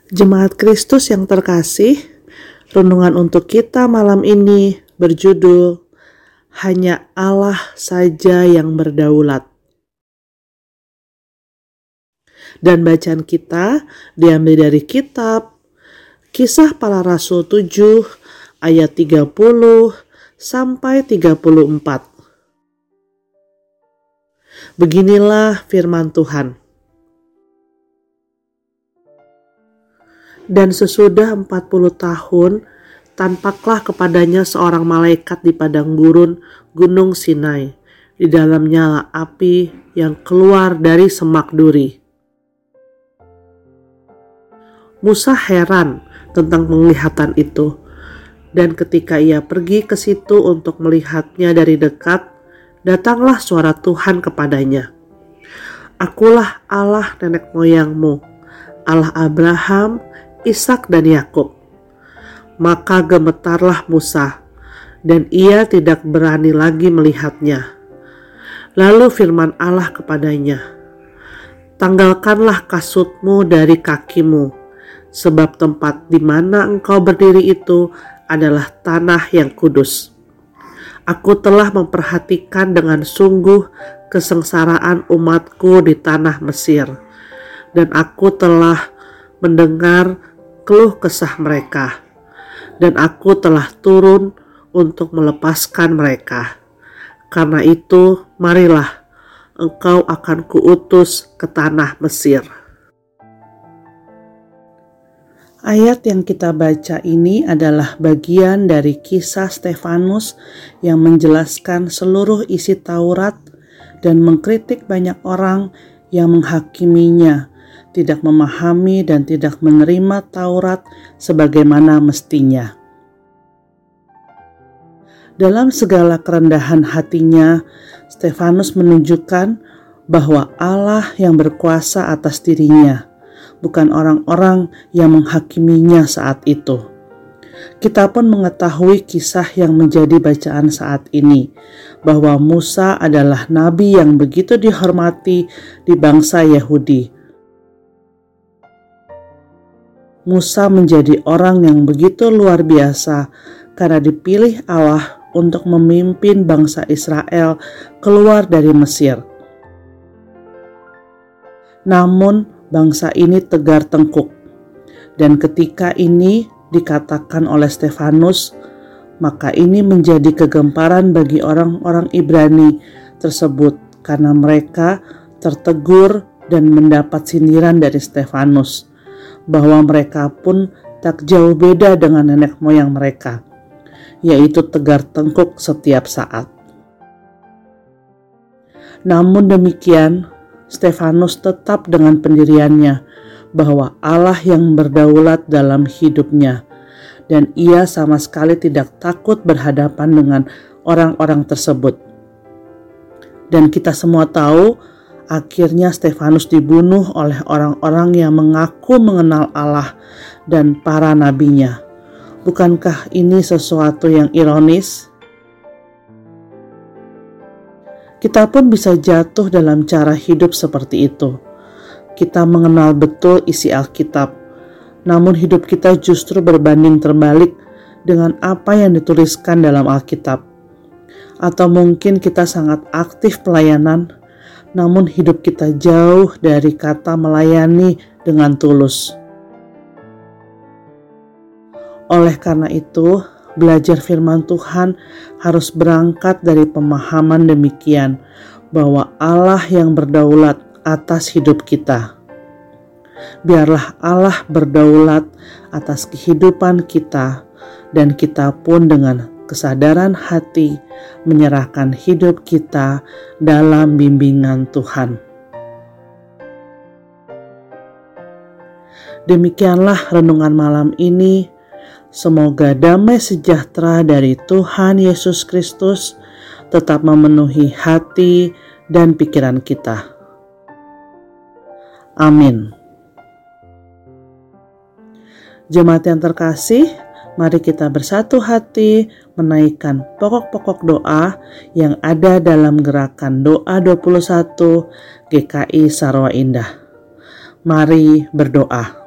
Jemaat Kristus yang terkasih, renungan untuk kita malam ini berjudul Hanya Allah saja yang berdaulat. Dan bacaan kita diambil dari kitab Kisah Para Rasul 7 ayat 30 sampai 34. Beginilah firman Tuhan. Dan sesudah 40 tahun, tampaklah kepadanya seorang malaikat di padang gurun Gunung Sinai. Di dalamnya nyala api yang keluar dari semak duri. Musa heran tentang penglihatan itu. Dan ketika ia pergi ke situ untuk melihatnya dari dekat, datanglah suara Tuhan kepadanya. Akulah Allah nenek moyangmu, Allah Abraham, Ishak dan Yakub. Maka gemetarlah Musa, dan ia tidak berani lagi melihatnya. Lalu firman Allah kepadanya, tanggalkanlah kasutmu dari kakimu, sebab tempat di mana engkau berdiri itu adalah tanah yang kudus. Aku telah memperhatikan dengan sungguh kesengsaraan umatku di tanah Mesir, dan aku telah mendengar keluh kesah mereka, dan aku telah turun untuk melepaskan mereka. Karena itu, marilah, engkau akan kuutus ke tanah Mesir. Ayat yang kita baca ini adalah bagian dari kisah Stefanus yang menjelaskan seluruh isi Taurat dan mengkritik banyak orang yang menghakiminya, tidak memahami dan tidak menerima Taurat sebagaimana mestinya. Dalam segala kerendahan hatinya, Stefanus menunjukkan bahwa Allah yang berkuasa atas dirinya, bukan orang-orang yang menghakiminya saat itu. Kita pun mengetahui kisah yang menjadi bacaan saat ini, bahwa Musa adalah nabi yang begitu dihormati di bangsa Yahudi. Musa menjadi orang yang begitu luar biasa karena dipilih Allah untuk memimpin bangsa Israel keluar dari Mesir. Namun bangsa ini tegar tengkuk, dan ketika ini dikatakan oleh Stefanus, maka ini menjadi kegemparan bagi orang-orang Ibrani tersebut karena mereka tertegur dan mendapat sindiran dari Stefanus, bahwa mereka pun tak jauh beda dengan nenek moyang mereka, yaitu tegar tengkuk setiap saat. Namun demikian, Stefanus tetap dengan pendiriannya bahwa Allah yang berdaulat dalam hidupnya, dan ia sama sekali tidak takut berhadapan dengan orang-orang tersebut. Dan kita semua tahu, akhirnya Stefanus dibunuh oleh orang-orang yang mengaku mengenal Allah dan para nabinya. Bukankah ini sesuatu yang ironis? Kita pun bisa jatuh dalam cara hidup seperti itu. Kita mengenal betul isi Alkitab, namun hidup kita justru berbanding terbalik dengan apa yang dituliskan dalam Alkitab. Atau mungkin kita sangat aktif pelayanan, namun hidup kita jauh dari kata melayani dengan tulus. Oleh karena itu, belajar firman Tuhan harus berangkat dari pemahaman demikian, bahwa Allah yang berdaulat atas hidup kita. Biarlah Allah berdaulat atas kehidupan kita, dan kita pun dengan kesadaran hati menyerahkan hidup kita dalam bimbingan Tuhan. Demikianlah renungan malam ini. Semoga damai sejahtera dari Tuhan Yesus Kristus tetap memenuhi hati dan pikiran kita. Amin. Jemaat yang terkasih, mari kita bersatu hati menaikkan pokok-pokok doa yang ada dalam gerakan doa 21 GKI Sarwa Indah. Mari berdoa.